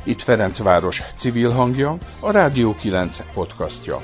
Itt Ferencváros civil hangja, a Rádió 9 podcastja.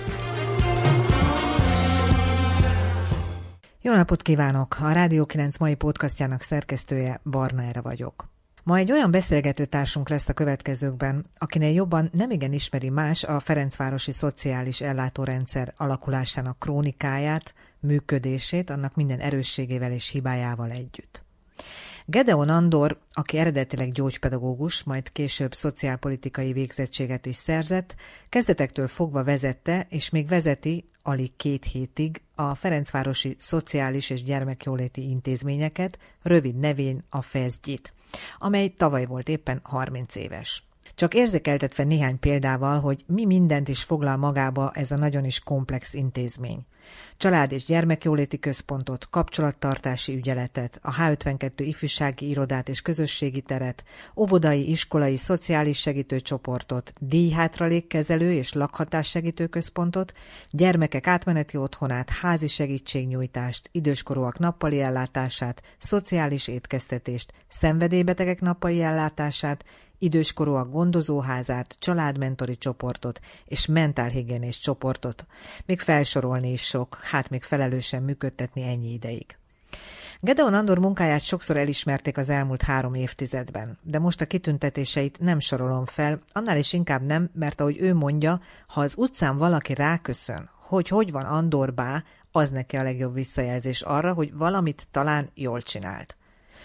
Jó napot kívánok! A Rádió 9 mai podcastjának szerkesztője, Barna Era vagyok. Ma egy olyan beszélgető társunk lesz a következőkben, akinél jobban nemigen ismeri más a ferencvárosi szociális ellátórendszer alakulásának krónikáját, működését, annak minden erősségével és hibájával együtt. Gedeon Andor, aki eredetileg gyógypedagógus, majd később szociálpolitikai végzettséget is szerzett, kezdetektől fogva vezette, és még vezeti alig 2 hétig a ferencvárosi szociális és gyermekjóléti intézményeket, rövid nevén a FESZGYIT, amely tavaly volt éppen 30 éves. Csak érzékeltetve néhány példával, hogy mi mindent is foglal magába ez a nagyon is komplex intézmény. Család- és gyermekjóléti központot, kapcsolattartási ügyeletet, a H52 ifjúsági irodát és közösségi teret, óvodai, iskolai, szociális segítőcsoportot, díjhátralékkezelő és lakhatássegítő központot, gyermekek átmeneti otthonát, házi segítségnyújtást, időskorúak nappali ellátását, szociális étkeztetést, szenvedélybetegek nappali ellátását, időskorúak gondozóházát, családmentori csoportot és mentálhigiénés csoportot. Még felsorolni is sok, még felelősen működtetni ennyi ideig. Gedeon Andor munkáját sokszor elismerték az elmúlt 3 évtizedben, de most a kitüntetéseit nem sorolom fel, annál is inkább nem, mert ahogy ő mondja, ha az utcán valaki ráköszön, hogy van Andor bá, az neki a legjobb visszajelzés arra, hogy valamit talán jól csinált.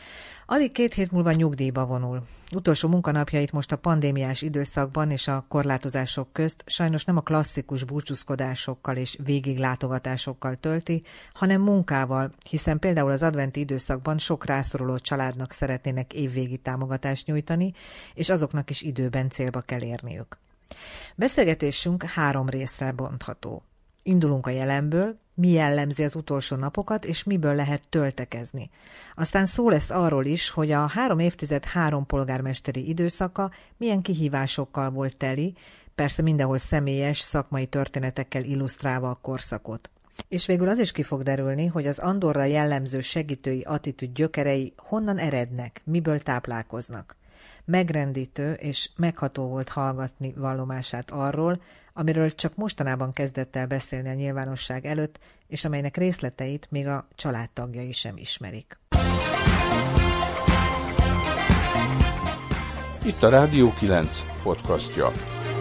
Alig 2 hét múlva nyugdíjba vonul. Utolsó munkanapjait most a pandémiás időszakban és a korlátozások közt sajnos nem a klasszikus búcsúzkodásokkal és végiglátogatásokkal tölti, hanem munkával, hiszen például az adventi időszakban sok rászoruló családnak szeretnének évvégi támogatást nyújtani, és azoknak is időben célba kell érniük. Beszélgetésünk 3 részre bontható. Indulunk a jelenből, mi jellemzi az utolsó napokat, és miből lehet töltekezni. Aztán szó lesz arról is, hogy a 3 évtized 3 polgármesteri időszaka milyen kihívásokkal volt teli, persze mindenhol személyes, szakmai történetekkel illusztrálva a korszakot. És végül az is ki fog derülni, hogy az Andorra jellemző segítői attitűd gyökerei honnan erednek, miből táplálkoznak. Megrendítő és megható volt hallgatni vallomását arról, amiről csak mostanában kezdett el beszélni a nyilvánosság előtt, és amelynek részleteit még a családtagjai sem ismerik. Itt a Rádió 9 podcastja.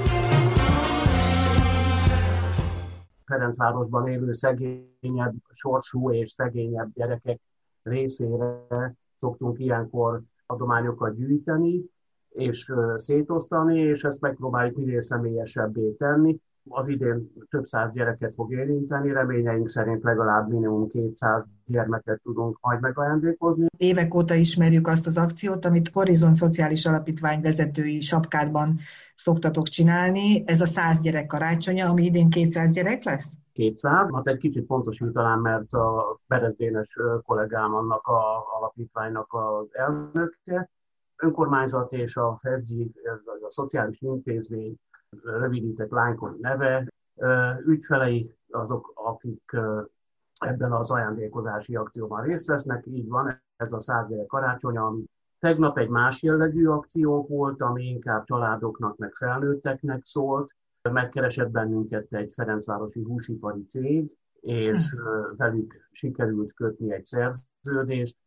Ferencvárosban élő szegényebb sorsú és szegényebb gyerekek részére szoktunk ilyenkor adományokat gyűjteni, és szétosztani, és ezt megpróbáljuk minél személyesebbé tenni. Az idén több 100 gyereket fog érinteni, reményeink szerint legalább minimum 200 gyermeket tudunk majd megajándékozni. Évek óta ismerjük azt az akciót, amit Horizon Szociális Alapítvány vezetői sapkádban szoktatok csinálni. Ez a 100 gyerek karácsonya, ami idén 200 gyerek lesz? 200, hát egy kicsit pontosítanám, mert a Berez Dénes kollégám annak az alapítványnak az elnöke. Önkormányzat és a FESZGYI, a szociális intézmény, rövidített lánykori neve, ügyfelei azok, akik ebben az ajándékozási akcióban részt vesznek, így van, ez a 100 gyerek karácsony, ami tegnap egy más jellegű akció volt, ami inkább családoknak, meg felnőtteknek szólt. Megkeresett bennünket egy ferencvárosi húsipari cég, és velük sikerült kötni egy szerződést.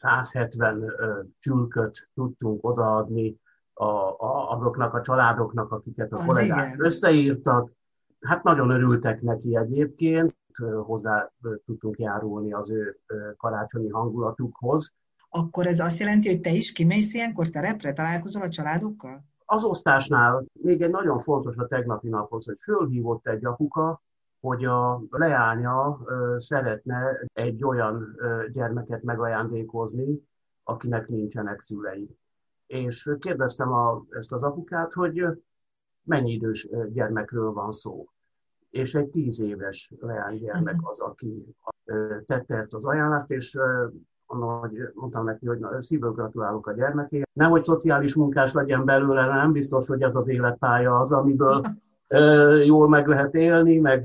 170 csülköt tudtunk odaadni azoknak a családoknak, akiket a kollégák összeírtak. Hát nagyon örültek neki egyébként, hozzá tudtunk járulni az ő karácsonyi hangulatukhoz. Akkor ez azt jelenti, hogy te is kimész ilyenkor terepre, találkozol a családokkal? Az osztásnál még egy nagyon fontos a tegnapi naphoz, hogy fölhívott egy apuka, hogy a leánya szeretne egy olyan gyermeket megajándékozni, akinek nincsenek szülei. És kérdeztem ezt az apukát, hogy mennyi idős gyermekről van szó. És egy 10 éves leánygyermek az, aki tette ezt az ajánlást, és mondtam neki, hogy szívből gratulálok a gyermekéhez. Nehogy szociális munkás legyen belőle, nem biztos, hogy ez az életpálya az, amiből jól meg lehet élni, meg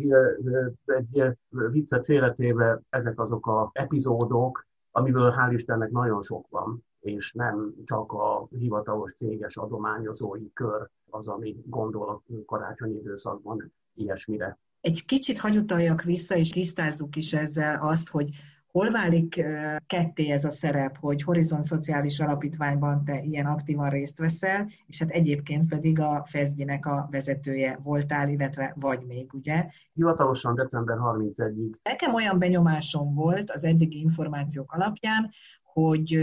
egy viccet félretéve ezek azok az epizódok, amiből hál' Istennek nagyon sok van. és nem csak a hivatalos céges adományozói kör az, ami gondol a karácsonyi időszakban ilyesmire. Egy kicsit hagy utaljak vissza, és tisztázzuk is ezzel azt, hogy hol válik ketté ez a szerep, hogy Horizont Szociális Alapítványban te ilyen aktívan részt veszel, és hát egyébként pedig a FESZGY-nek a vezetője voltál, illetve vagy még, ugye? Hivatalosan december 31-ig. Nekem olyan benyomásom volt az eddigi információk alapján, hogy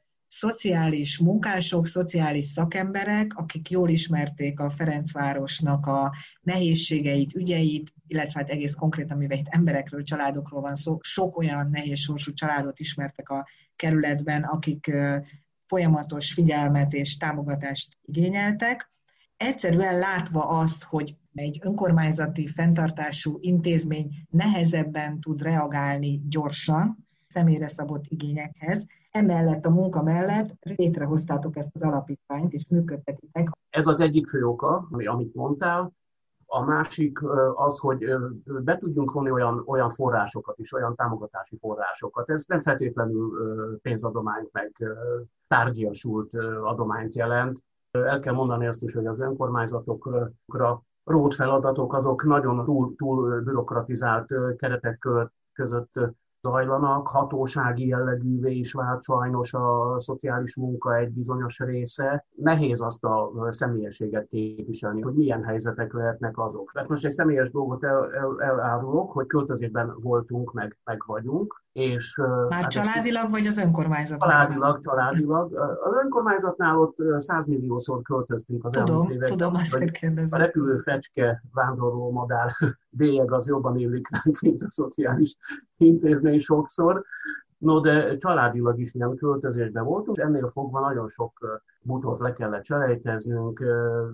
szociális munkások, szociális szakemberek, akik jól ismerték a Ferencvárosnak a nehézségeit, ügyeit, illetve hát egész konkrétan, mivel itt emberekről, családokról van szó, sok olyan nehéz sorsú családot ismertek a kerületben, akik folyamatos figyelmet és támogatást igényeltek. Egyszerűen látva azt, hogy egy önkormányzati fenntartású intézmény nehezebben tud reagálni gyorsan személyre szabott igényekhez, emellett a munka mellett létrehoztátok ezt az alapítványt, és működtetitek. Ez az egyik fő oka, amit mondtál. A másik az, hogy be tudjunk vonni olyan forrásokat is, olyan támogatási forrásokat. Ez nem feltétlenül pénzadományt, meg tárgyasult adományt jelent. El kell mondani azt is, hogy az önkormányzatokra rót feladatok azok nagyon túl bürokratizált keretek között zajlanak, hatósági jellegűvé is vált sajnos a szociális munka egy bizonyos része. Nehéz azt a személyességet képviselni, hogy milyen helyzetek lehetnek azok. Tehát most egy személyes dolgot elárulok, hogy költözésben voltunk, meg vagyunk. És, már családilag vagy az önkormányzatnál? Családilag. Az önkormányzatnál ott 100 milliószor költöztünk az elmúlt években. Tudom, azt kérdezem. A repülő fecske, vándorló madár bélyeg az jobban illik ránk, mint a szociális intézmény sokszor. No, de családilag is ilyen költözésben voltunk, és ennél fogva nagyon sok bútort le kellett selejteznünk,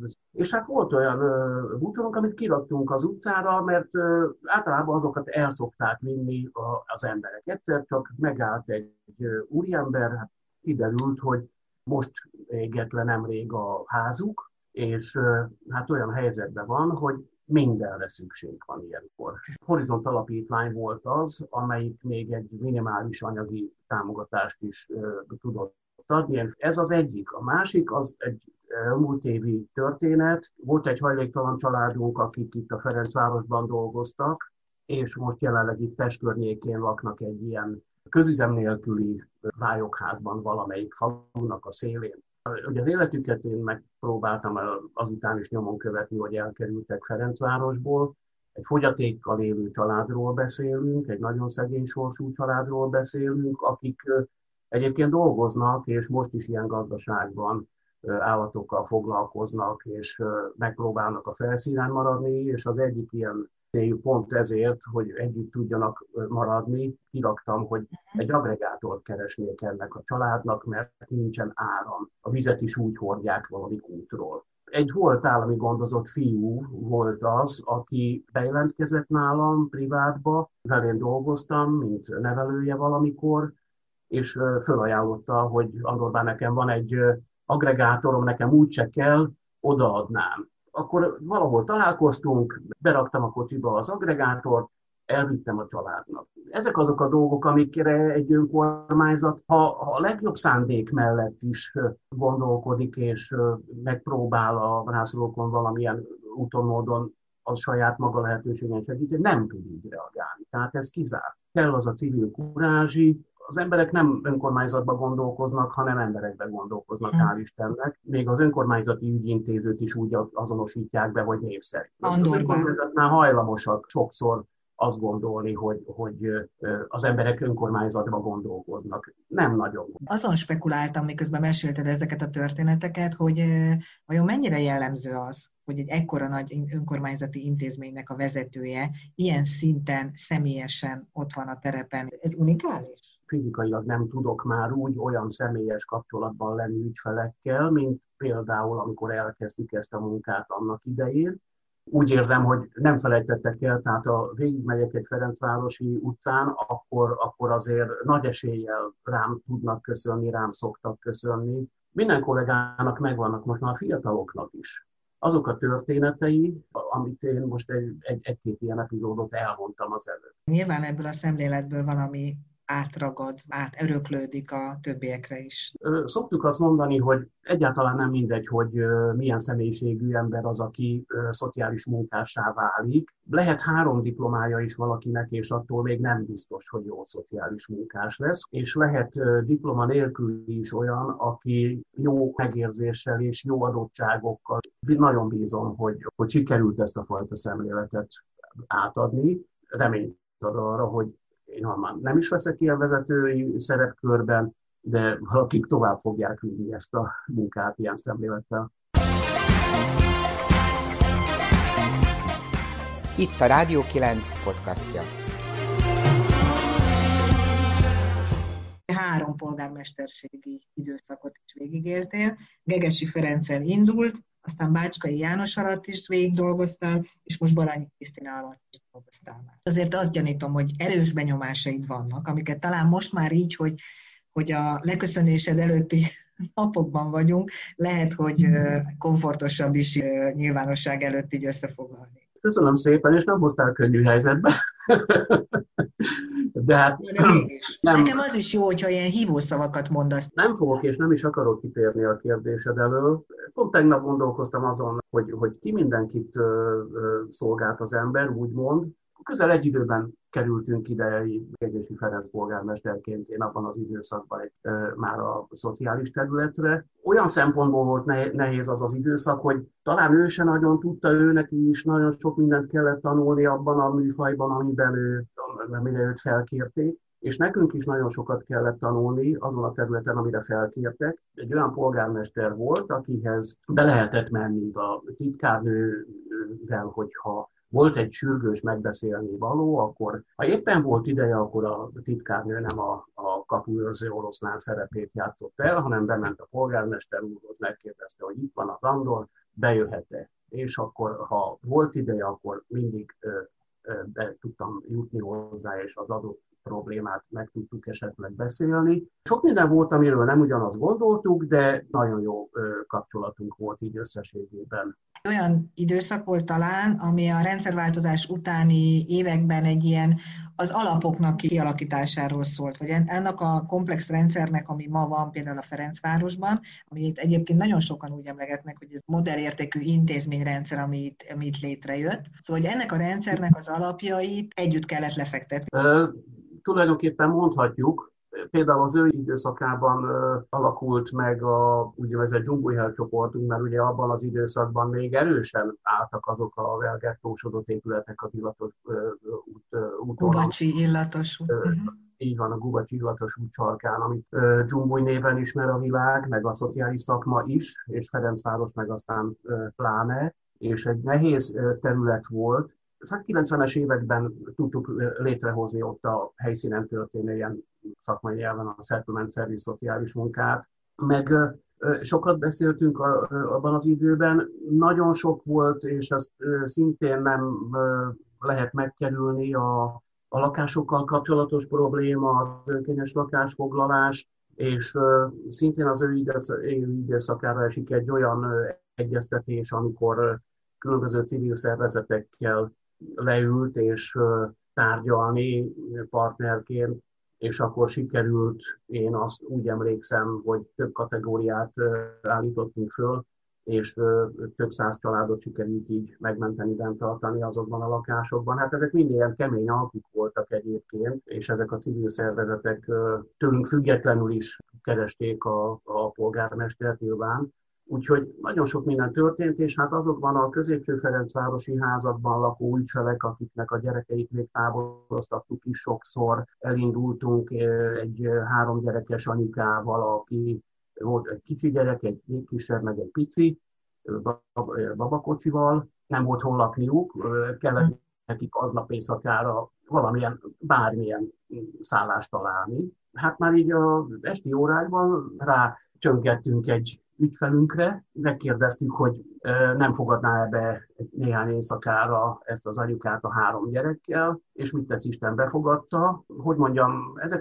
és hát volt olyan bútorunk, amit kiraktunk az utcára, mert általában azokat el szokták vinni az emberek. Egyszer csak megállt egy úriember, hát kiderült, hogy most égett le nemrég a házuk, és hát olyan helyzetben van, hogy mindenre szükség van ilyenkor. Horizont Alapítvány volt az, amelyik még egy minimális anyagi támogatást is tudott adni. Ez az egyik. A másik az egy múlt évi történet. Volt egy hajléktalan családunk, akik itt a Ferencvárosban dolgoztak, és most jelenleg itt Pest környékén laknak egy ilyen közüzem nélküli vályokházban valamelyik falunak a szélén. Ugye az életüket én megpróbáltam azután is nyomon követni, hogy elkerültek Ferencvárosból. Egy fogyatékkal élő családról beszélünk, egy nagyon szegény sorsú családról beszélünk, akik egyébként dolgoznak, és most is ilyen gazdaságban állatokkal foglalkoznak, és megpróbálnak a felszínen maradni, és az egyik ilyen céljuk pont ezért, hogy együtt tudjanak maradni, kiraktam, hogy egy agregátort keresnék ennek a családnak, mert nincsen áram. A vizet is úgy hordják valami útról. Egy volt állami gondozott fiú volt az, aki bejelentkezett nálam privátba, velén dolgoztam, mint nevelője valamikor, és fölajánlotta, hogy Andor, nekem van egy agregátorom, nekem úgyse kell, odaadnám. Akkor valahol találkoztunk, beraktam a kocsiba az agregátort, elvittem a családnak. Ezek azok a dolgok, amikre egy önkormányzat, ha a legjobb szándék mellett is gondolkodik, és megpróbál a rászorulókon valamilyen úton, módon a saját maga lehetőségen segíteni, nem tud így reagálni. Tehát ez kizárt. Kell az a civil kurázsi. Az emberek nem önkormányzatban gondolkoznak, hanem emberekben gondolkoznak, hál' Istennek. Még az önkormányzati ügyintézőt is úgy azonosítják be, hogy név szerint. Az önkormányzatnál hajlamosak sokszor azt gondolni, hogy az emberek önkormányzatban gondolkoznak. Nem nagyon. Azon spekuláltam, miközben mesélted ezeket a történeteket, hogy vajon mennyire jellemző az, hogy egy ekkora nagy önkormányzati intézménynek a vezetője ilyen szinten, személyesen ott van a terepen. Ez unikális? Fizikailag nem tudok már úgy olyan személyes kapcsolatban lenni ügyfelekkel, mint például, amikor elkezdtük ezt a munkát annak idején. Úgy érzem, hogy nem felejtettek el, tehát ha végigmegyek egy Ferencvárosi utcán, akkor azért nagy eséllyel rám tudnak köszönni, rám szoktak köszönni. Minden kollégának megvannak most már a fiataloknak is azok a történetei, amit én most egy-két ilyen epizódot elmondtam az előtt. Nyilván ebből a szemléletből valami átragad, átöröklődik a többiekre is. Szoktuk azt mondani, hogy egyáltalán nem mindegy, hogy milyen személyiségű ember az, aki szociális munkássá válik. Lehet 3 diplomája is valakinek, és attól még nem biztos, hogy jó szociális munkás lesz. És lehet diploma nélkül is olyan, aki jó megérzéssel és jó adottságokkal. Nagyon bízom, hogy sikerült ezt a fajta szemléletet átadni. Reményt ad arra, hogy én már nem is veszek ilyen vezetői szerepkörben, de akik tovább fogják vinni ezt a munkát ilyen szemlélettel. Itt a Rádió 9 podcastja. 3 polgármesterségi időszakot is végigéltél. Gegesi Ferenccel indult, aztán Bácskai János alatt is végig dolgoztál, és most Baranyi Krisztina alatt is dolgoztál már. Azért azt gyanítom, hogy erős benyomásaid vannak, amiket talán most már így, hogy a leköszönésed előtti napokban vagyunk, lehet, hogy komfortosabb is nyilvánosság előtt így összefoglalni. Köszönöm szépen, és nem hoztál könnyű helyzetbe. De hát nem. Nekem az is jó, hogyha ilyen hívószavakat mondasz. Nem fogok és nem is akarok kitérni a kérdésed elől. Pont tegnap gondolkoztam azon, hogy ki mindenkit szolgált az ember, úgymond. Közel egy időben kerültünk ide Gegesi Ferenc polgármesterként, én abban az időszakban már a szociális területre. Olyan szempontból volt nehéz az időszak, hogy talán ő se nagyon tudta, neki is nagyon sok mindent kellett tanulni abban a műfajban, amire őt felkérték, és nekünk is nagyon sokat kellett tanulni azon a területen, amire felkértek. Egy olyan polgármester volt, akihez be lehetett menni a titkárnővel, hogyha volt egy sürgős megbeszélni való, akkor ha éppen volt ideje, akkor a titkárnő nem a kapuőrző oroszlán szerepét játszott el, hanem bement a polgármester úrhoz, megkérdezte, hogy itt van az Andor, bejöhet-e. És akkor, ha volt ideje, akkor mindig be tudtam jutni hozzá, és az adott problémát meg tudtuk esetleg beszélni. Sok minden volt, amiről nem ugyanazt gondoltuk, de nagyon jó kapcsolatunk volt így összességében. Olyan időszak volt talán, ami a rendszerváltozás utáni években egy ilyen az alapoknak kialakításáról szólt, vagy ennek a komplex rendszernek, ami ma van például a Ferencvárosban, amit egyébként nagyon sokan úgy emlegetnek, hogy ez modellértékű intézményrendszer, ami itt létrejött. Szóval, hogy ennek a rendszernek az alapjait együtt kellett lefektetni. Tulajdonképpen mondhatjuk, például az ő időszakában alakult meg a úgynevezett dzsumbujhely csoportunk, mert ugye abban az időszakban még erősen álltak azok a velgettósodott épületek az illatos úton. Gubacsi illatos út. Így van, a Gubacsi illatos út sarkán, amit Dzsumbuj néven ismer a világ, meg a szociális szakma is, és Ferencváros meg aztán pláne, és egy nehéz terület volt. A 90-es években tudtuk létrehozni ott a helyszínen történő ilyen szakmai nyelven a settlement service szociális munkát, meg sokat beszéltünk abban az időben, nagyon sok volt, és ezt szintén nem lehet megkerülni a lakásokkal kapcsolatos probléma, az önkényes lakásfoglalás, és szintén az ő időszakára esik egy olyan egyeztetés, amikor különböző civil szervezetekkel leült és tárgyalni partnerként, és akkor sikerült, én azt úgy emlékszem, hogy több kategóriát állítottunk föl, és több száz családot sikerült így megmenteni, bent tartani azokban a lakásokban. Hát ezek mind ilyen kemény alkuk voltak egyébként, és ezek a civil szervezetek tőlünk függetlenül is keresték a polgármestert nyilván. Úgyhogy nagyon sok minden történt, és hát azokban a középső ferencvárosi házakban lakó ügyfelek, akiknek a gyerekeit még távoloztattuk is sokszor, elindultunk egy 3 gyerekes anyukával, aki volt egy kicsi gyerek, egy kisebb, meg egy pici, babakocsival, nem volt hol lakniuk, kellett nekik aznap éjszakára bármilyen szállást találni. Hát már így az esti órákban rá csöngettünk egy ügyfelünkre, megkérdeztük, hogy nem fogadná be néhány éjszakára ezt az anyukát a 3 gyerekkel, és mit tesz Isten, befogadta. Hogy mondjam,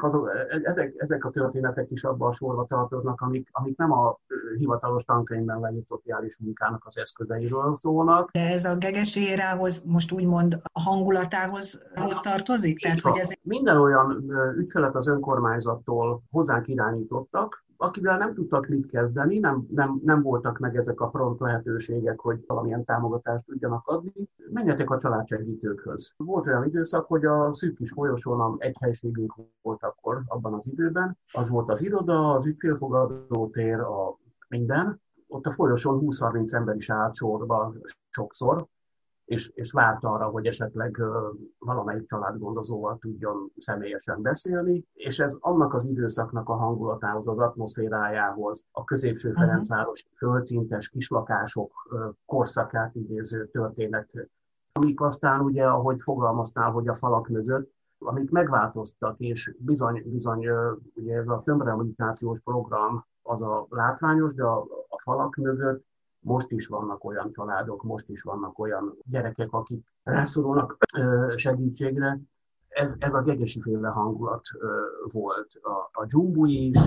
ezek a történetek is abban a sorba tartoznak, amik nem a hivatalos tankönyvben leírt szociális munkának az eszközeiről szólnak. De ez a Gegesi érához, most úgymond a hangulatához tartozik? Tehát, hogy ez... Minden olyan ügyfelet az önkormányzattól hozzánk irányítottak, akivel nem tudtak mit kezdeni, nem voltak meg ezek a prompt lehetőségek, hogy valamilyen támogatást tudjanak adni. Menjetek a családsegítőkhöz. Volt olyan időszak, hogy a szűk kis folyosón egy helységünk volt akkor abban az időben. Az volt az iroda, az ügyfélfogadótér, a minden. Ott a folyosón 20-30 ember is állt sorba sokszor, és várt arra, hogy esetleg valamelyik családgondozóval tudjon személyesen beszélni, és ez annak az időszaknak a hangulatához, az atmoszférájához, a középső Ferencváros földszintes kislakások korszakát idéző történet, amik aztán ugye, ahogy fogalmaztál, hogy a falak mögött, amik megváltoztak, és bizony ugye ez a tömbrehabilitációs program az a látványos, de a falak mögött most is vannak olyan családok, most is vannak olyan gyerekek, akik rászorulnak segítségre. Ez a Gegesi féle hangulat volt. A dzsumbu is,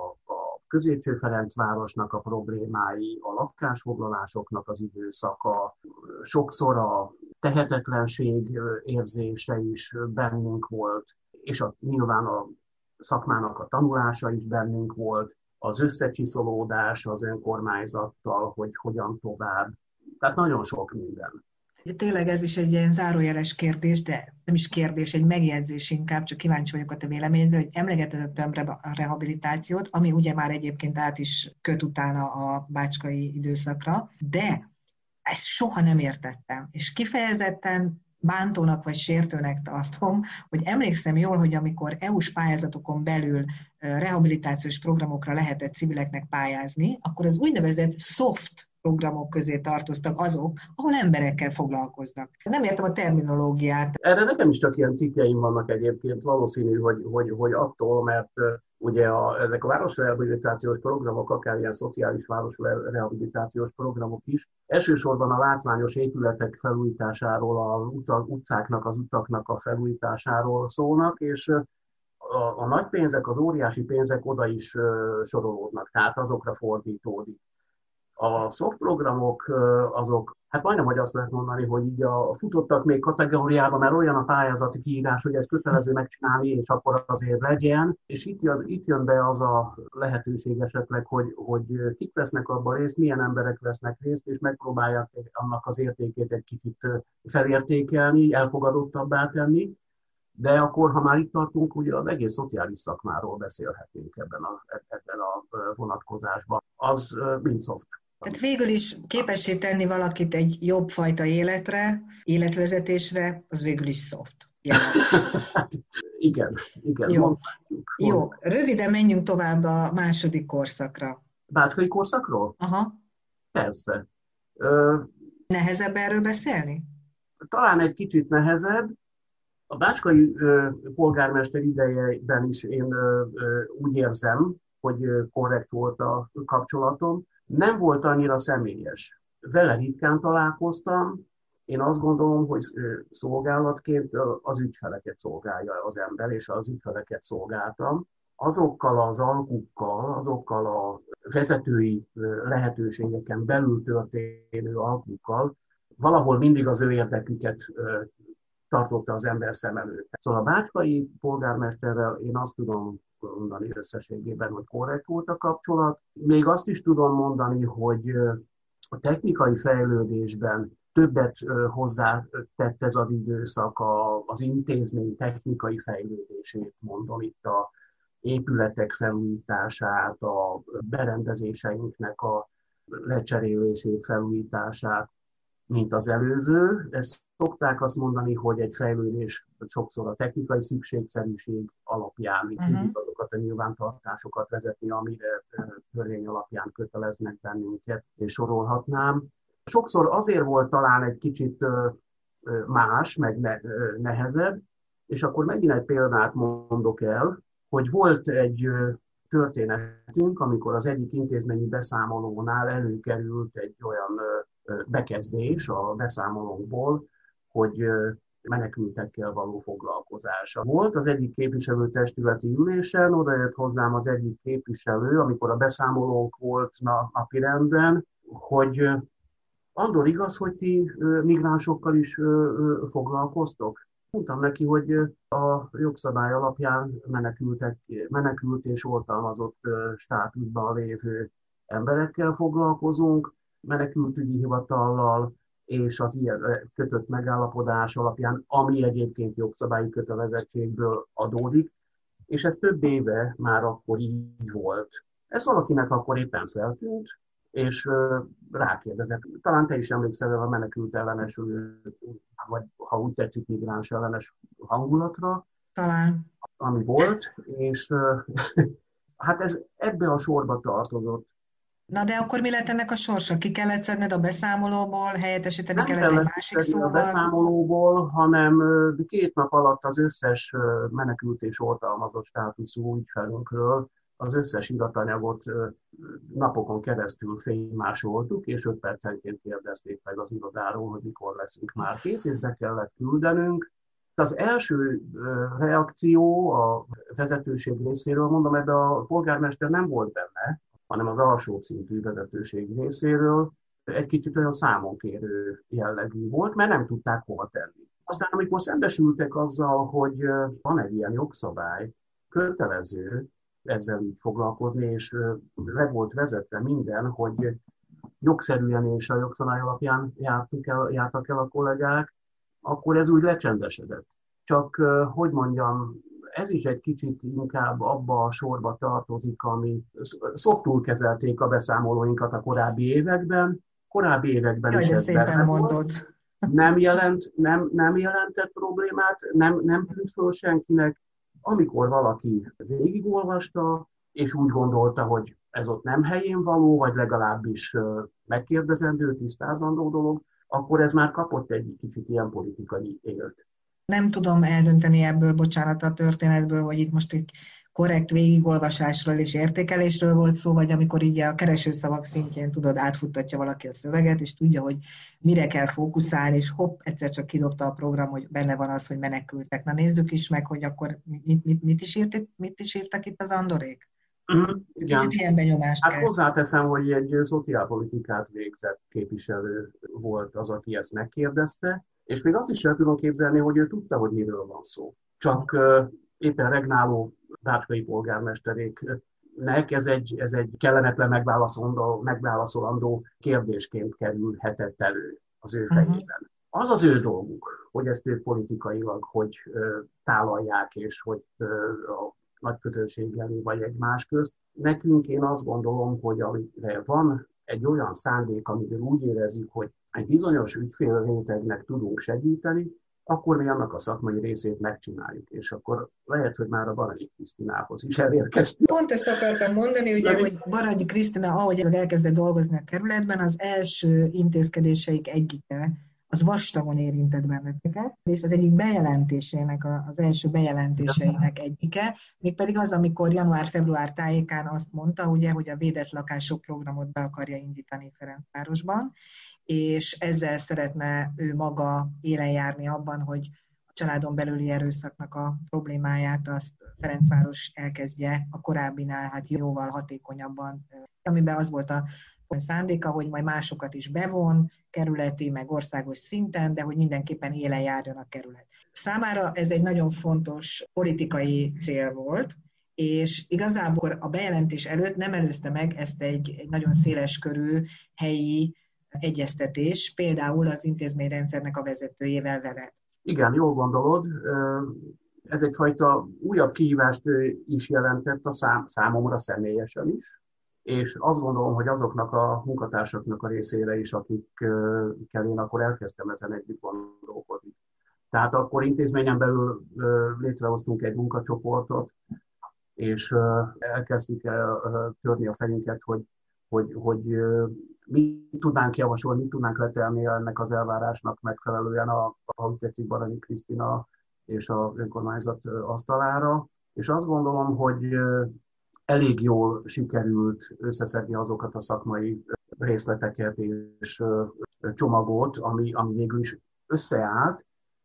a középső Ferencvárosnak a problémái, a lakásfoglalásoknak az időszaka, sokszor a tehetetlenség érzése is bennünk volt, és nyilván a szakmának a tanulása is bennünk volt, az összecsiszolódás az önkormányzattal, hogy hogyan tovább. Tehát nagyon sok minden. Tényleg ez is egy ilyen zárójeles kérdés, de nem is kérdés, egy megjegyzés inkább, csak kíváncsi vagyok a te véleményedre, hogy emlegeted a tömbrehabilitációt, ami ugye már egyébként át is köt utána a bácskai időszakra, de ezt soha nem értettem, és kifejezetten bántónak vagy sértőnek tartom, hogy emlékszem jól, hogy amikor EU-s pályázatokon belül rehabilitációs programokra lehetett civileknek pályázni, akkor az úgynevezett soft programok közé tartoztak azok, ahol emberekkel foglalkoznak. Nem értem a terminológiát. Erre nekem is csak ilyen cikkeim vannak egyébként, valószínű, hogy attól, mert ugye ezek a városrehabilitációs programok, akár ilyen szociális városrehabilitációs programok is, elsősorban a látványos épületek felújításáról, az utaknak a felújításáról szólnak, és a nagy pénzek, az óriási pénzek oda is sorolódnak, tehát azokra fordítódik. A soft programok azok, hát majdnem, hogy azt lehet mondani, hogy így a futottak még kategóriában, mert olyan a pályázati kiírás, hogy ez kötelező megcsinálni, és akkor azért legyen. És itt jön be az a lehetőség esetleg, hogy kik vesznek abban részt, milyen emberek vesznek részt, és megpróbálják annak az értékét egy kicsit felértékelni, elfogadottabbá tenni. De akkor, ha már itt tartunk, ugye az egész szociális szakmáról beszélhetünk ebben a vonatkozásban. Az mind soft. Tehát végül is képessé tenni valakit egy jobb fajta életre, életvezetésre, az végül is soft. Igen. Jó. Jó, röviden menjünk tovább a második korszakra. Bácskai korszakról? Aha. Persze. Nehezebb erről beszélni? Talán egy kicsit nehezebb. A bácskai polgármester idejében is én úgy érzem, hogy korrekt volt a kapcsolatom. Nem volt annyira személyes. Vele ritkán találkoztam. Én azt gondolom, hogy szolgálatként az ügyfeleket szolgálja az ember, és az ügyfeleket szolgáltam. Azokkal az alkukkal, azokkal a vezetői lehetőségeken belül történő alkukkal valahol mindig az ő érdeküket tartotta az ember szem előtt. Szóval a bácskai polgármesterrel én azt tudom mondani összességében, hogy korrekt volt a kapcsolat. Még azt is tudom mondani, hogy a technikai fejlődésben többet hozzátett ez az időszak az intézmény technikai fejlődését, mondom itt a épületek felújítását, a berendezéseinknek a lecserélését, felújítását, mint az előző. Ezt szokták azt mondani, hogy egy fejlődés sokszor a technikai szükségszerűség alapján tudjuk azokat a nyilvántartásokat vezetni, amire törvény alapján köteleznek bennünket, és sorolhatnám. Sokszor azért volt talán egy kicsit más, meg nehezebb, és akkor megint egy példát mondok el, hogy volt egy történetünk, amikor az egyik intézményi beszámolónál előkerült egy olyan bekezdés a beszámolónkból, hogy menekültekkel való foglalkozása. Volt az egyik képviselőtestületi ülésen, odajött hozzám az egyik képviselő, amikor a beszámolónk volt napirenden, hogy Andor, igaz, hogy ti migránsokkal is foglalkoztok? Mondtam neki, hogy a jogszabály alapján menekült és oltalmazott státuszban lévő emberekkel foglalkozunk, menekültügyi hivatallal és az ilyen kötött megállapodás alapján, ami egyébként jogszabályi kötelezettségből adódik, és ez több éve már akkor így volt. Ez valakinek akkor éppen feltűnt, és rákérdezett. Talán te is emlékszel a menekült ellenes, vagy ha úgy tetszik, migráns ellenes hangulatra, Talán. ami volt, és hát ez ebbe a sorba tartozott. Na de akkor mi lett ennek a sorsa? Ki kellett szedned a beszámolóból, helyettesíteni Nem kellett egy másik szóval? a beszámolóból, hanem 2 nap alatt az összes menekült és oltalmazott státuszú ügyfelünkről az összes iratanyagot napokon keresztül fénymásoltuk, és 5 percenként kérdezték meg az irodáról, hogy mikor leszünk már kész, és be kellett küldenünk. Az első reakció a vezetőség részéről, mondom, ebben a polgármester nem volt benne, hanem az alsó szintű vezetőség részéről egy kicsit olyan számonkérő jellegű volt, mert nem tudták hova tenni. Aztán, amikor szembesültek azzal, hogy van egy ilyen jogszabály, kötelező ezzel így foglalkozni, és le volt vezetve minden, hogy jogszerűen és a jogszabály alapján jártak el a kollégák, akkor ez úgy lecsendesedett. Csak, hogy mondjam, ez is egy kicsit inkább abba a sorba tartozik, ami szoftul kezelték a beszámolóinkat a korábbi években. Korábbi években is ez benne volt. Nem jelentett problémát, nem tűnt föl senkinek. Amikor valaki végigolvasta, és úgy gondolta, hogy ez ott nem helyén való, vagy legalábbis megkérdezendő, tisztázandó dolog, akkor ez már kapott egy kicsit ilyen politikai élt. Nem tudom eldönteni ebből, bocsánat, a történetből, hogy itt most egy korrekt végigolvasásról és értékelésről volt szó, vagy amikor így a keresőszavak szintjén, tudod, átfuttatja valaki a szöveget, és tudja, hogy mire kell fókuszálni, és hopp, egyszer csak kidobta a program, hogy benne van az, hogy menekültek. Na nézzük is meg, hogy akkor mit is írtak itt az Andorék? Igen. Kicsit ilyen benyomást Hát kell. hozzáteszem, hogy egy szociálpolitikát végzett képviselő volt az, aki ezt megkérdezte, és még azt is el tudom képzelni, hogy ő tudta, hogy miről van szó. Csak éppen regnáló bácskai polgármesteréknek ez egy kellemetlen megválaszolandó kérdésként kerülhetett elő az ő fejében. Az az ő dolguk, hogy ezt ők politikailag hogy tálalják, és hogy a nagy közönség elé, vagy egymás közt. Nekünk én azt gondolom, hogy amire van egy olyan szándék, amivel úgy érezzük, hogy egy bizonyos ügyfélrétegnek tudunk segíteni, akkor mi annak a szakmai részét megcsináljuk, és akkor lehet, hogy már a Baranyi Krisztinához is elérkeztünk. Pont ezt akartam mondani, ugye, hogy Baranyi Krisztina, ahogy elkezdett dolgozni a kerületben, az első intézkedéseik egyike, az vastagon érintett benneteket, és az egyik bejelentésének, az első bejelentéseinek egyike, mégpedig az, amikor január-február tájékán azt mondta, ugye, hogy a védett lakások programot be akarja indítani Ferencvárosban, és ezzel szeretne ő maga élen járni abban, hogy a családon belüli erőszaknak a problémáját azt Ferencváros elkezdje a korábbinál hát jóval hatékonyabban, amiben az volt a szándéka, hogy majd másokat is bevon, kerületi, meg országos szinten, de hogy mindenképpen élen járjon a kerület. Számára ez egy nagyon fontos politikai cél volt, és igazából a bejelentés előtt nem előzte meg ezt egy nagyon széles körű helyi egyeztetés, például az intézményrendszernek a vezetőjével vele. Igen, jól gondolod. Ez egyfajta újabb kihívást is jelentett a számomra személyesen is, és azt gondolom, hogy azoknak a munkatársaknak a részére is, akikkel én akkor elkezdtem ezen együtt gondolkodni. Tehát akkor intézményen belül létrehoztunk egy munkacsoportot, és elkezdtük törni a fejünket, hogy mit tudnánk javasolni, mit tudnánk letelni ennek az elvárásnak megfelelően ahogy tetszik Baranyi Krisztina és az önkormányzat asztalára. És azt gondolom, hogy elég jól sikerült összeszedni azokat a szakmai részleteket és csomagot, ami végül is összeállt,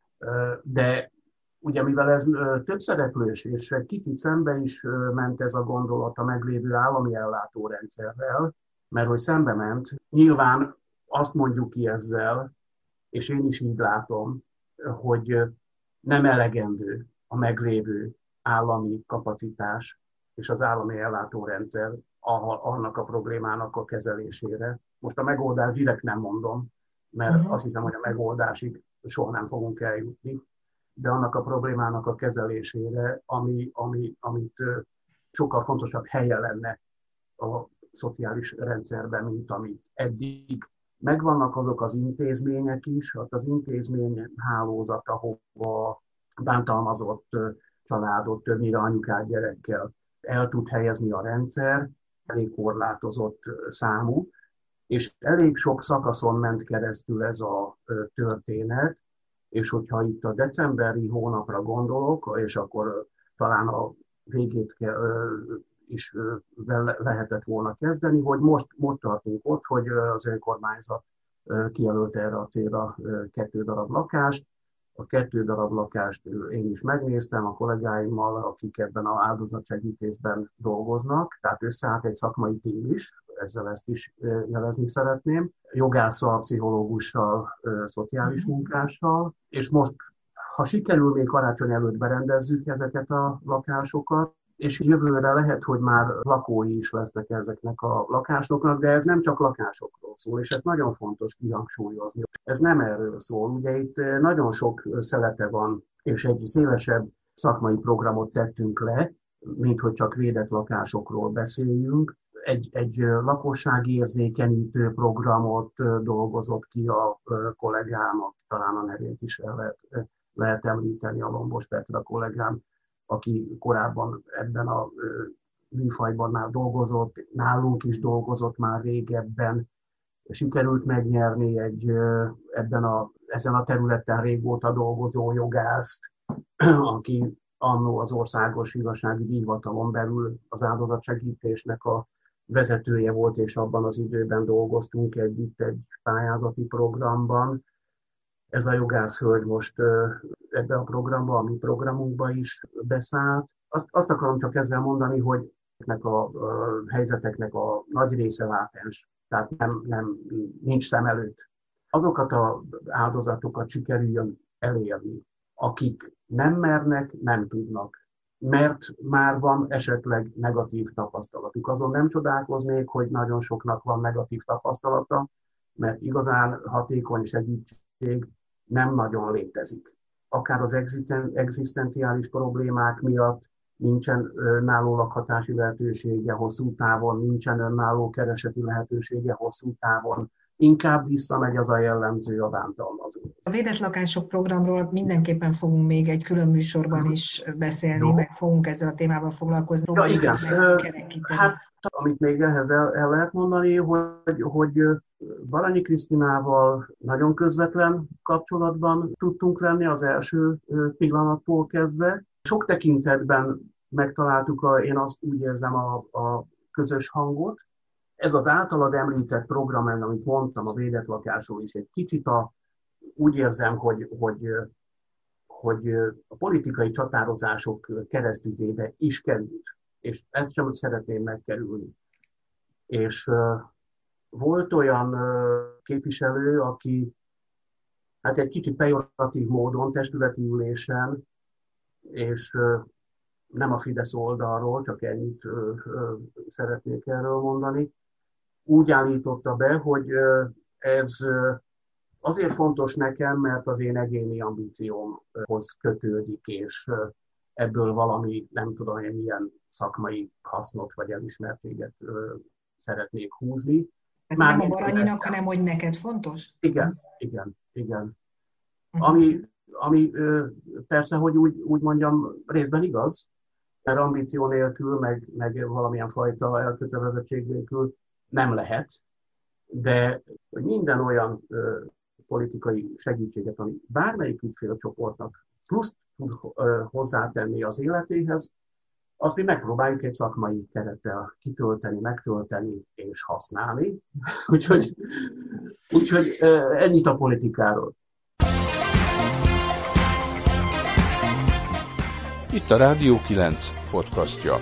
de ugye mivel ez több szereplős, és egy kicsit szembe is ment ez a gondolat a meglévő állami ellátórendszerrel, mert hogy szembe ment, nyilván azt mondjuk ki ezzel, és én is így látom, hogy nem elegendő a meglévő állami kapacitás és az állami ellátórendszer annak a problémának a kezelésére. Most a megoldást direkt nem mondom, mert azt hiszem, hogy a megoldásig soha nem fogunk eljutni, de annak a problémának a kezelésére, amit sokkal fontosabb helye lenne a szociális rendszerben, mint amit eddig. Megvannak azok az intézmények is, az intézményhálózat, ahova bántalmazott családot, többnyire anyukát gyerekkel el tud helyezni a rendszer, elég korlátozott számú, és elég sok szakaszon ment keresztül ez a történet, és hogyha itt a decemberi hónapra gondolok, és akkor talán a végét is lehetett volna kezdeni, hogy most tartunk ott, hogy az önkormányzat kijelölt erre a célra 2 darab lakást. A 2 darab lakást én is megnéztem a kollégáimmal, akik ebben az áldozatsegítésben dolgoznak, tehát összeállt egy szakmai tím is, ezzel ezt is jelezni szeretném, jogásszal, pszichológussal, szociális munkással, és most, ha sikerül, még karácsony előtt berendezzük ezeket a lakásokat, és jövőre lehet, hogy már lakói is lesznek ezeknek a lakásoknak, de ez nem csak lakásokról szól, és ez nagyon fontos kihangsúlyozni. Ez nem erről szól, ugye itt nagyon sok szelete van, és egy szélesebb szakmai programot tettünk le, mint hogy csak védett lakásokról beszéljünk. Egy lakossági érzékenyítő programot dolgozott ki a kollégám, talán a nevét is lehet említeni, a Lombos Petra kollégám, aki korábban ebben a műfajban már dolgozott, nálunk is dolgozott már régebben. Sikerült megnyerni ezen a területen régóta dolgozó jogászt, aki annó az Országos Igazságügyi Hivatalon belül az áldozatsegítésnek a vezetője volt, és abban az időben dolgoztunk együtt egy pályázati programban. Ez a jogászhölgy most ebbe a programba, a mi programunkba is beszállt. Azt akarom csak ezzel mondani, hogy ezeknek a helyzeteknek a nagy része látens, tehát nincs szem előtt. Azokat az áldozatokat sikerüljön elérni, akik nem mernek, nem tudnak, mert már van esetleg negatív tapasztalatuk. Azon nem csodálkoznék, hogy nagyon soknak van negatív tapasztalata, mert igazán hatékony segítség nem nagyon létezik. Akár az egzisztenciális problémák miatt nincsen önálló lakhatási lehetősége hosszú távon, nincsen önálló kereseti lehetősége hosszú távon, inkább visszamegy az a jellemző a bántalmazó. A védett lakások programról mindenképpen fogunk még egy külön műsorban is beszélni, meg fogunk ezzel a témával foglalkozni. Ja, igen. Hát, amit még ehhez el lehet mondani, hogy Baranyi Krisztinával nagyon közvetlen kapcsolatban tudtunk lenni az első pillanattól kezdve. Sok tekintetben megtaláltuk, én azt úgy érzem, a közös hangot. Ez az általad említett program, amit mondtam, a védett lakásról is egy kicsit úgy érzem, hogy a politikai csatározások keresztüzébe is került. És ezt sem szeretném megkerülni. És volt olyan képviselő, aki hát egy kicsit pejoratív módon testületi ülésen, és nem a Fidesz oldalról, csak ennyit szeretnék erről mondani, úgy állította be, hogy ez azért fontos nekem, mert az én egyéni ambíciómhoz kötődik, és ebből valami, nem tudom én milyen szakmai hasznot vagy elismertséget szeretnék húzni. Nem a Baranyinak, hanem hogy neked fontos? Igen. Ami persze, hogy úgy mondjam, részben igaz, mert ambíció nélkül, meg valamilyen fajta elkötelezettség nélkül nem lehet, de minden olyan politikai segítséget, ami bármelyik ügyfélcsoportnak pluszt tud hozzátenni az életéhez, azt mi megpróbáljuk egy szakmai kerettel kitölteni, megtölteni és használni. Úgyhogy ennyit a politikáról. Itt a Rádió 9 podcastja.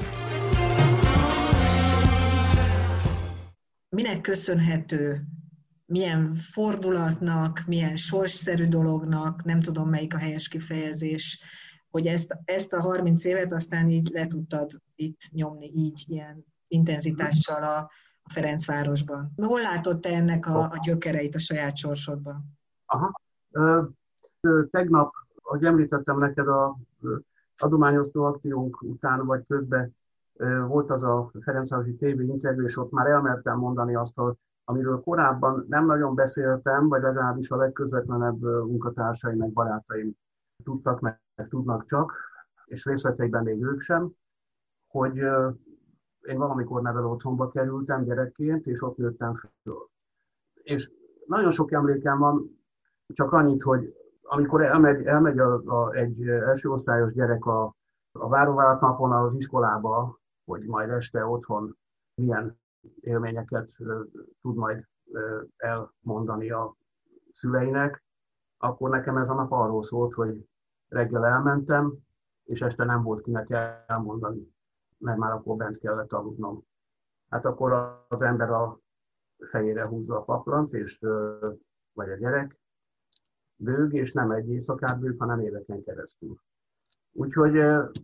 Minek köszönhető, milyen fordulatnak, milyen sorsszerű dolognak, nem tudom melyik a helyes kifejezés, hogy ezt a 30 évet aztán így le tudtad itt nyomni, így ilyen intenzitással a Ferencvárosban. Hol látod te ennek a gyökereit a saját sorsodban? Aha. Tegnap, ahogy említettem neked, a adományosztó akciónk után vagy közben volt az a Ferencvárosi TV interjú, és ott már elmertem mondani azt, amiről korábban nem nagyon beszéltem, vagy legalábbis a legközvetlenebb munkatársaim, meg barátaim tudtak, meg tudnak csak, és részleteiben még ők sem, hogy én valamikor nevelő otthonba kerültem gyerekként, és ott nőttem föl. És nagyon sok emlékem van, csak annyit, hogy amikor elmegy egy elsőosztályos gyerek a váróvárat napon az iskolába, hogy majd este otthon milyen élményeket tud majd elmondani a szüleinek, akkor nekem ez a nap arról szólt, hogy reggel elmentem, és este nem volt kinek elmondani, mert már akkor bent kellett aludnom. Hát akkor az ember a fejére húzza a paplant, és, vagy a gyerek, bőg, és nem egy éjszakát bőg, hanem éveken keresztül. Úgyhogy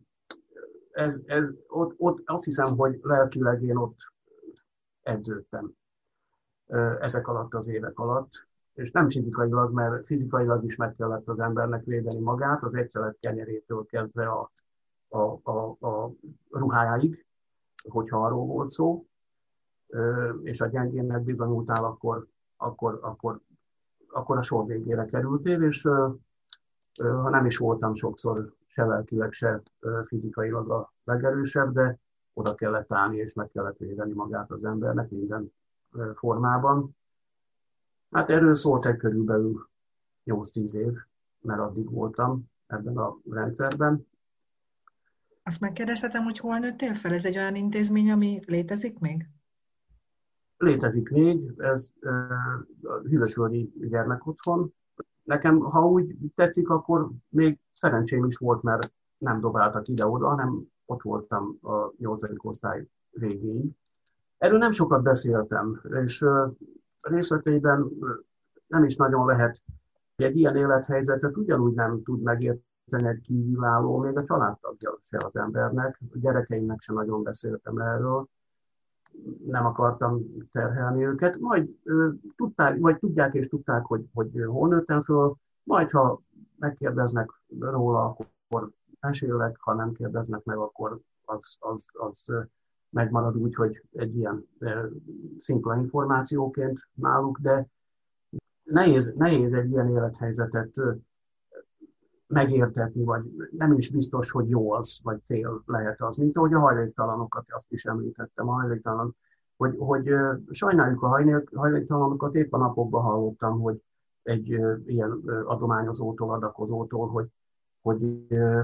ott azt hiszem, hogy lelkileg én ott edződtem ezek alatt az évek alatt, és nem fizikailag, mert fizikailag is meg kellett az embernek védeni magát, az egyszelet kenyerétől kezdve a ruhájáig, hogyha arról volt szó, és a gyengénnek bizonyultál, akkor a sor végére kerültél, és ha nem is voltam sokszor se lelkileg, se fizikailag a legerősebb, de oda kellett állni, és meg kellett védeni magát az embernek minden formában. Hát erről szólt egy körülbelül 8-10 év, mert addig voltam ebben a rendszerben. Azt megkérdezhetem, hogy hol nőttél fel? Ez egy olyan intézmény, ami létezik még? Létezik még, ez a Hűvösvölgyi Gyermekotthon. Nekem, ha úgy tetszik, akkor még szerencsém is volt, mert nem dobáltak ide-oda, hanem ott voltam a 8. osztály végéig. Erről nem sokat beszéltem, és részleteiben nem is nagyon lehet. Egy ilyen élethelyzetet ugyanúgy nem tud megérteni egy kívülálló, még a családtagja se az embernek. A gyerekeimnek sem nagyon beszéltem erről. Nem akartam terhelni őket. Majd tudták, vagy tudják és tudták, hogy hol nőttem föl. Majd, ha megkérdeznek róla, akkor mesélek, ha nem kérdeznek meg, akkor az megmarad úgy, hogy egy ilyen szimpla információként náluk, de nehéz egy ilyen élethelyzetet megértetni, vagy nem is biztos, hogy jó az, vagy cél lehet az, mint ahogy a hajléktalanokat, azt is említettem, a hajléktalan, hogy sajnáljuk a hajléktalanokat, épp a napokban hallottam, hogy egy ilyen adományozótól, adakozótól, hogy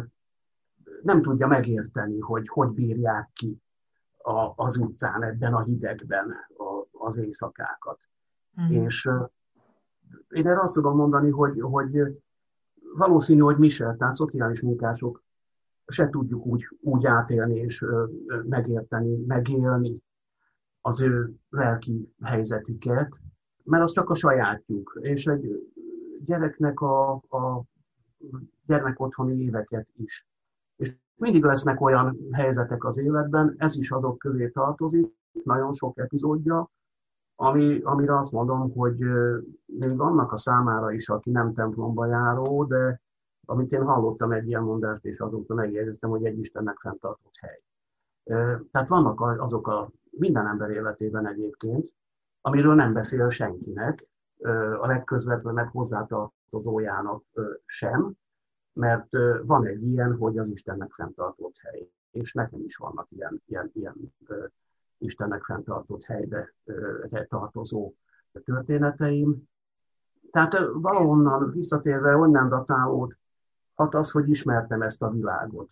nem tudja megérteni, hogy bírják ki az utcán ebben a hidegben az éjszakákat. És én erre azt tudom mondani, hogy valószínű, hogy mi se, tehát szociális munkások se tudjuk úgy átélni és megérteni, megélni az ő lelki helyzetüket, mert az csak a sajátjuk. És egy gyereknek a gyermekotthoni éveket is. És mindig lesznek olyan helyzetek az életben, ez is azok közé tartozik, nagyon sok epizódja, amire azt mondom, hogy még annak a számára is, aki nem templomba járó, de amit én hallottam egy ilyen mondást, és azóta megjegyeztem, hogy egy Istennek fenntartott hely. Tehát vannak azok a minden ember életében egyébként, amiről nem beszél senkinek, a legközvetlenebb hozzátartozójának sem, mert van egy ilyen, hogy az Istennek fenntartott hely. És nekem is vannak ilyen Istennek fenntartott helybe tartozó történeteim. Tehát valahonnan visszatérve onnan datálódhat az, hogy ismertem ezt a világot.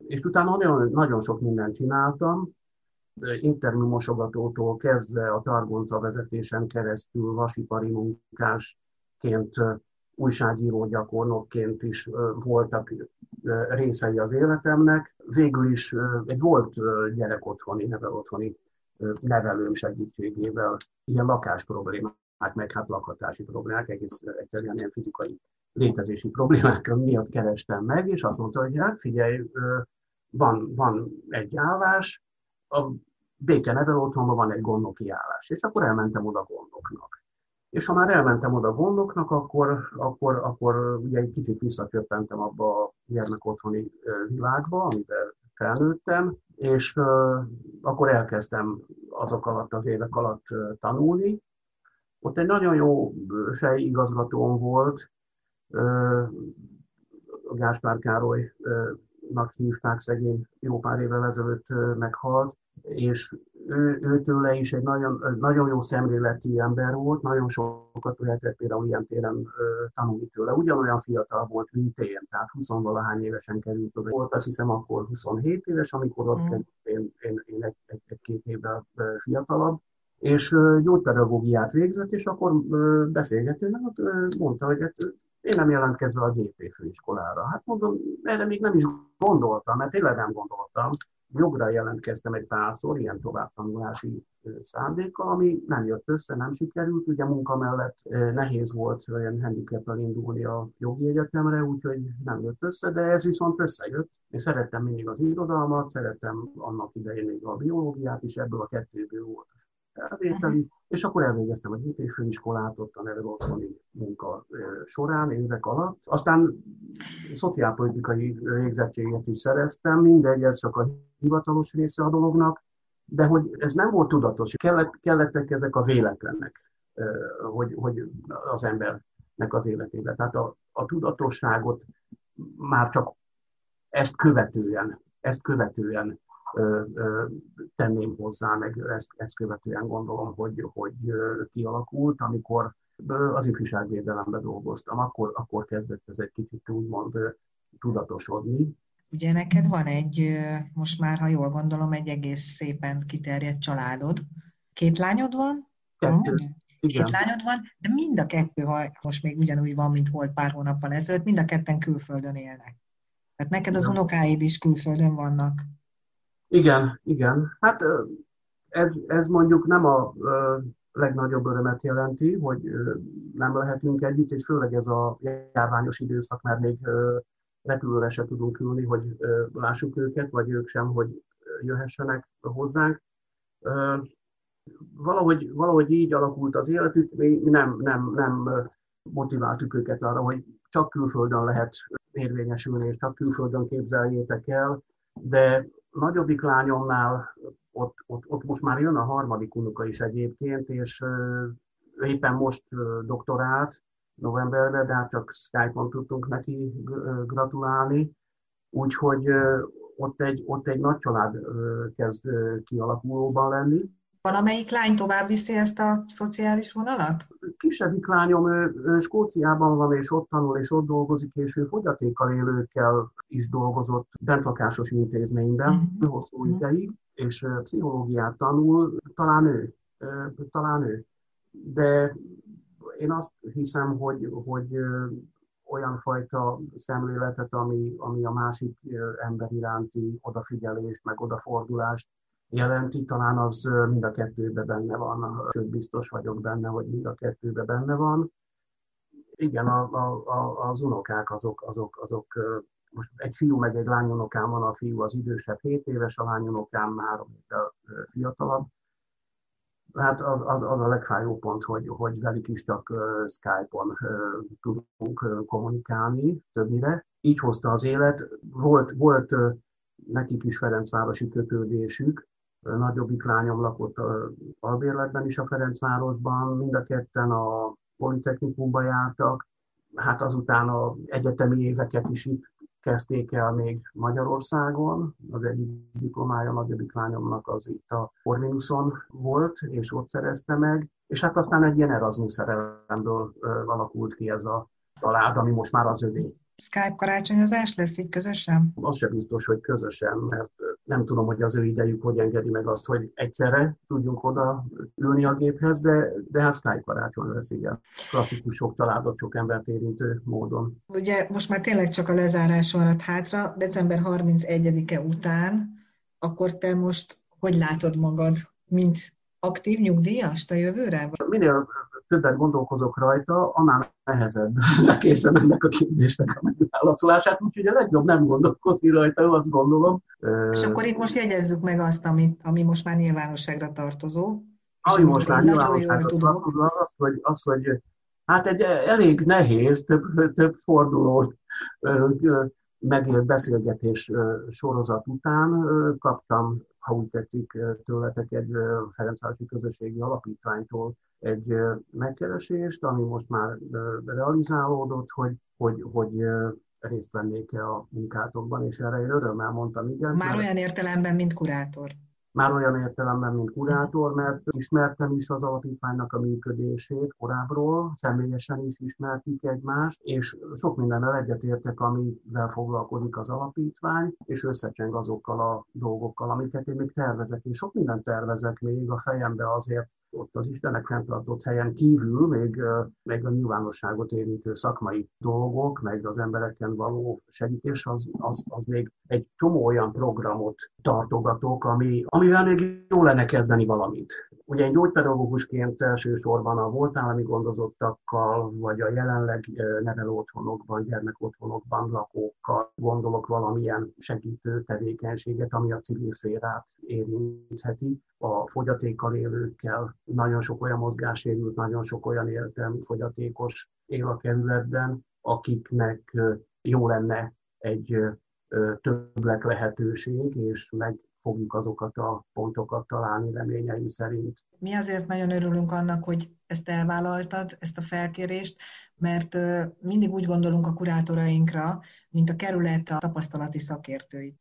És utána nagyon sok mindent csináltam, interműmosogatótól kezdve a Targonca vezetésen keresztül vasipari munkásként, újságíró gyakornokként is voltak részei az életemnek. Végül is egy volt nevelotthoni nevelőm segítségével ilyen lakásproblémák, meg hát lakhatási problémák, egész egyszerűen ilyen fizikai létezési problémák miatt kerestem meg, és azt mondta, hogy hát figyelj, van egy állás, a Béke nevelőotthonban van egy gondnoki állás, és akkor elmentem oda gondnoknak. És ha már elmentem oda gondnoknak, akkor ugye egy kicsit visszaköppentem abba a gyermekotthoni világba, amiben felnőttem, és akkor elkezdtem azok alatt az évek alatt tanulni. Ott egy nagyon jó fejigazgatóm volt, Gáspár Károlynak hívták, szegény, jó pár évvel ezelőtt meghalt, és őtőle is egy nagyon jó szemléletű ember volt, nagyon sokat lehetett például ilyen téren tanulni tőle. Ugyanolyan fiatal volt, mint én, tehát 20-valahány évesen került oda. Volt azt hiszem akkor 27 éves, amikor ott került, én egy-két évvel fiatalabb, és gyógypedagógiát végzett, és akkor beszélgetően mondta, hogy én nem jelentkezve a GP főiskolára. Hát mondom, erre még nem is gondoltam, mert tényleg nem gondoltam. Jogra jelentkeztem egy párszor, ilyen továbbtanulási szándékkal, ami nem jött össze, nem sikerült. Ugye munka mellett nehéz volt olyan handicappel indulni a jogi egyetemre, úgyhogy nem jött össze, de ez viszont összejött. Én szerettem mindig az irodalmat, szerettem annak idején még a biológiát is, ebből a kettőből volt felvételi, és akkor elvégeztem a GP főiskolát ott a nevelőotthoni munka során, évek alatt. Aztán szociálpolitikai végzettséget is szereztem, mindegy, ez csak a hivatalos része a dolognak, de hogy ez nem volt tudatos, kellettek ezek a véletlenek, hogy az embernek az életében. Tehát a tudatosságot már csak ezt követően tenném hozzá, meg ezt követően gondolom, hogy kialakult, amikor az ifjúságvédelemben dolgoztam, akkor kezdett ez egy kicsit úgymond tudatosodni. Ugye neked van egy, most már, ha jól gondolom, egy egész szépen kiterjedt családod. 2 lányod van? 2. Igen. 2 lányod van, de mind a 2, ha most még ugyanúgy van, mint volt pár hónappal ezelőtt, mind a 2 külföldön élnek. Tehát neked az unokáid is külföldön vannak. Igen. Hát ez mondjuk nem a legnagyobb örömet jelenti, hogy nem lehetünk együtt, és főleg ez a járványos időszak, mert még repülőre se tudunk ülni, hogy lássuk őket, vagy ők sem, hogy jöhessenek hozzánk. Valahogy így alakult az életük, mi nem motiváltuk őket arra, hogy csak külföldön lehet érvényesülni, és csak külföldön képzeljétek el, de nagyobbik lányomnál ott most már jön a harmadik unoka is egyébként, és éppen most doktorált novemberben, de hát csak Skype-on tudtunk neki gratulálni. Úgyhogy ott egy nagy család kezd kialakulóban lenni. Valamelyik lány tovább viszi ezt a szociális vonalat? Kisebbik lányom, ő Skóciában van, és ott tanul, és ott dolgozik, és ő fogyatékkal élőkkel is dolgozott bentlakásos intézményben hosszú ideig, és pszichológiát tanul, talán ő. De én azt hiszem, hogy olyan fajta szemléletet, ami a másik ember iránti odafigyelést, meg odafordulást jelenti, talán az mind a 2-ben benne van, sőt biztos vagyok benne, hogy mind a 2-ben benne van. Igen, az unokák azok most egy fiú meg egy lányunokám van, a fiú az idősebb 7 éves, a lányunokám 3 évvel fiatalabb. Hát az a legfájóbb pont, hogy velük is csak Skype-on tudunk kommunikálni többnyire. Így hozta az élet. Volt nekik is ferencvárosi kötődésük. Nagyobbik lányom lakott albérletben is a Ferencvárosban, mind a 2 a Politechnikumba jártak. Hát azután az egyetemi éveket is itt kezdték el még Magyarországon. Az egyik diplomája a nagyobbik lányomnak az itt a Corvinuson volt, és ott szerezte meg. És hát aztán egy ilyen Erasmus szerelemből alakult ki ez a család, ami most már az övé. Skype karácsonyozás lesz így közösen? Az sem biztos, hogy közösen, mert nem tudom, hogy az ő idejük hogy engedi meg azt, hogy egyszerre tudjunk oda ülni a géphez, de hát Skype karácsony lesz, igen. Klasszikus, sok családot, sok embert érintő módon. Ugye most már tényleg csak a lezárás maradt hátra, december 31-e után, akkor te most hogy látod magad, mint aktív nyugdíjast a jövőre? Minél többet gondolkozok rajta, annál nehezebb érzem ennek a kérdésnek a megválaszolását, úgyhogy a legjobb nem gondolkozni rajta, azt gondolom. És akkor itt most jegyezzük meg azt, ami most már nyilvánosságra tartozó. Ami most már nyilvánosságra tartozó, az, hogy hát egy elég nehéz, több fordulót megélt beszélgetés sorozat után kaptam, ha úgy tetszik, tőletek egy Ferencvárosi Közösségi Alapítványtól egy megkeresést, ami most már realizálódott, hogy részt vennék-e a munkátokban, és erre én örömmel mondtam igen. Már olyan értelemben, mint kurátor. Már olyan értelemben, mint kurátor, mert ismertem is az alapítványnak a működését korábbról, személyesen is ismertük egymást, és sok mindennel egyetértek, amivel foglalkozik az alapítvány, és összecseng azokkal a dolgokkal, amiket én még tervezek. És sok mindent tervezek még a fejembe azért, ott az Istennek fenntartott helyen kívül még a nyilvánosságot érintő szakmai dolgok, meg az embereken való segítés, az még egy csomó olyan programot tartogatok, amivel még jó lenne kezdeni valamit. Ugye én gyógypedagógusként elsősorban a volt állami gondozottakkal, vagy a jelenleg nevelőotthonokban, gyermekotthonokban lakókkal gondolok valamilyen segítő tevékenységet, ami a civil szférát érintheti. A fogyatékkal élőkkel, nagyon sok olyan mozgássérült, nagyon sok olyan értelmű fogyatékos él a kerületben, akiknek jó lenne egy többlet lehetőség, és meg fogjuk azokat a pontokat találni reményeim szerint. Mi azért nagyon örülünk annak, hogy ezt elvállaltad, ezt a felkérést, mert mindig úgy gondolunk a kurátorainkra, mint a kerület a tapasztalati szakértői.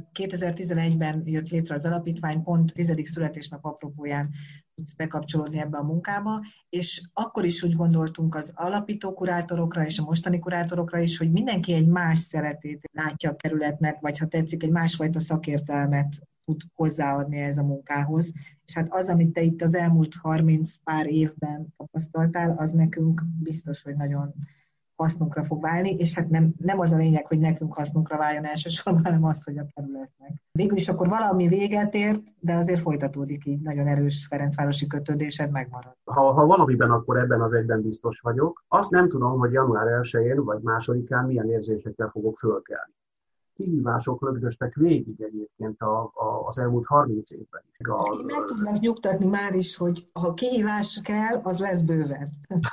2011-ben jött létre az alapítvány, pont 10. születésnap apropóján tudsz bekapcsolódni ebbe a munkába, és akkor is úgy gondoltunk az alapító kurátorokra és a mostani kurátorokra is, hogy mindenki egy más szeretét látja a kerületnek, vagy ha tetszik, egy másfajta szakértelmet tud hozzáadni ez a munkához. És hát az, amit te itt az elmúlt 30 pár évben tapasztaltál, az nekünk biztos, hogy nagyon hasznunkra fog válni, és hát nem az a lényeg, hogy nekünk hasznunkra váljon elsősorban, hanem az, hogy a kerületnek. Végül is akkor valami véget ért, de azért folytatódik így, nagyon erős ferencvárosi kötődésed megmarad. Ha valamiben, akkor ebben az egyben biztos vagyok. Azt nem tudom, hogy január 1-én vagy 2-án milyen érzésekkel fogok fölkelni. Kihívások lögdöstek végig egyébként az elmúlt 30 évben is. Én meg tudlak nyugtatni már is, hogy ha kihívás kell, az lesz bőven.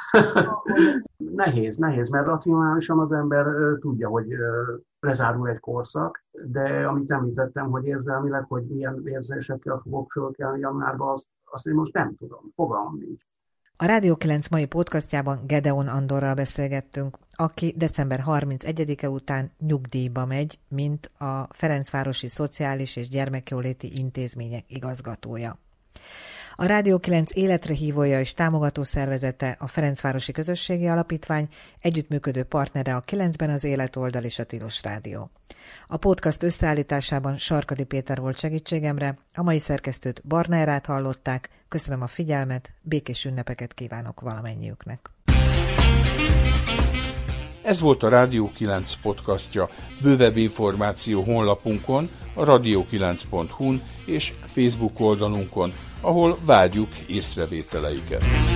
Nehéz, mert racionálisan az ember tudja, hogy lezárul egy korszak, de amit említettem, hogy érzelmileg, hogy milyen érzésekkel fogok fölkelni januárban, azt én most nem tudom, fogalmam nincs. A Rádió 9 mai podcastjában Gedeon Andorral beszélgettünk, aki december 31-e után nyugdíjba megy, mint a Ferencvárosi Szociális és Gyermekjóléti Intézmények igazgatója. A Rádió 9 életre hívója és támogató szervezete a Ferencvárosi Közösségi Alapítvány, együttműködő partnere a 9-ben az Életoldal és a Tilos Rádió. A podcast összeállításában Sarkadi Péter volt segítségemre, a mai szerkesztőt Barna Erát hallották, köszönöm a figyelmet, békés ünnepeket kívánok valamennyiüknek. Ez volt a Rádió 9 podcastja. Bővebb információ honlapunkon, a radio9.hu-n és Facebook oldalunkon, ahol várjuk észrevételeiket.